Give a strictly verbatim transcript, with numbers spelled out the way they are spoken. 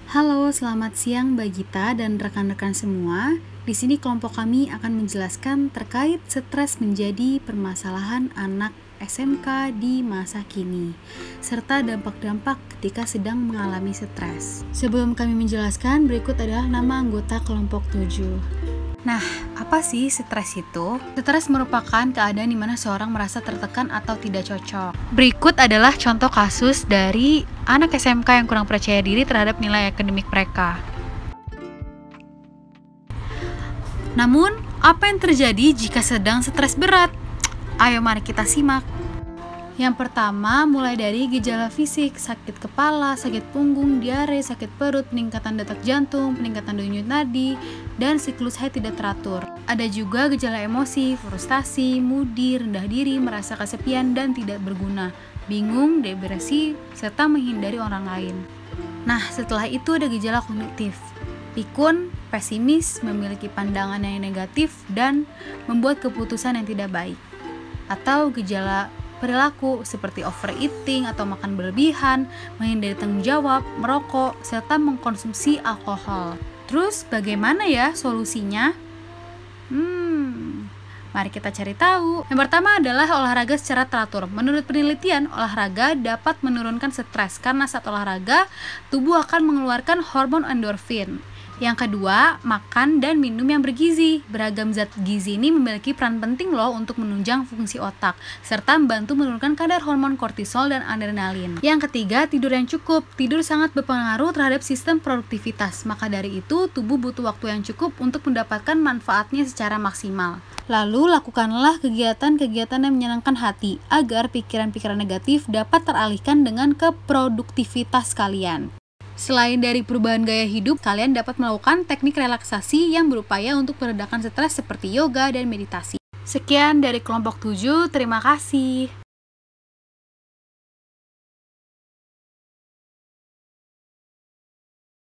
Halo, selamat siang Mbak Gita dan rekan-rekan semua. Di sini kelompok kami akan menjelaskan terkait stres menjadi permasalahan anak S M K di masa kini, serta dampak-dampak ketika sedang mengalami stres. Sebelum kami menjelaskan, berikut adalah nama anggota kelompok tujuh. Nah, apa sih stres itu? Stres merupakan keadaan di mana seorang merasa tertekan atau tidak cocok. Berikut adalah contoh kasus dari anak S M K yang kurang percaya diri terhadap nilai akademik mereka. Namun, apa yang terjadi jika sedang stres berat? Ayo mari kita simak. Yang pertama, mulai dari gejala fisik, sakit kepala, sakit punggung, diare, sakit perut, peningkatan detak jantung, peningkatan denyut nadi, dan siklus haid tidak teratur. Ada juga gejala emosi, frustasi, moody, rendah diri, merasa kesepian dan tidak berguna, bingung, depresi, serta menghindari orang lain. Nah, setelah itu ada gejala kognitif, pikun, pesimis, memiliki pandangan yang negatif, dan membuat keputusan yang tidak baik. Atau gejala perilaku seperti overeating atau makan berlebihan, menghindari tanggung jawab, merokok, serta mengkonsumsi alkohol. Terus bagaimana ya solusinya? Hmm, mari kita cari tahu. Yang pertama adalah olahraga secara teratur. Menurut penelitian, olahraga dapat menurunkan stres karena saat olahraga, tubuh akan mengeluarkan hormon endorfin. Yang kedua, makan dan minum yang bergizi. Beragam zat gizi ini memiliki peran penting loh untuk menunjang fungsi otak, serta membantu menurunkan kadar hormon kortisol dan adrenalin. Yang ketiga, tidur yang cukup. Tidur sangat berpengaruh terhadap sistem produktivitas, maka dari itu tubuh butuh waktu yang cukup untuk mendapatkan manfaatnya secara maksimal. Lalu, lakukanlah kegiatan-kegiatan yang menyenangkan hati, agar pikiran-pikiran negatif dapat teralihkan dengan keproduktivitas kalian. Selain dari perubahan gaya hidup, kalian dapat melakukan teknik relaksasi yang berupaya untuk meredakan stres seperti yoga dan meditasi. Sekian dari kelompok tujuh, terima kasih.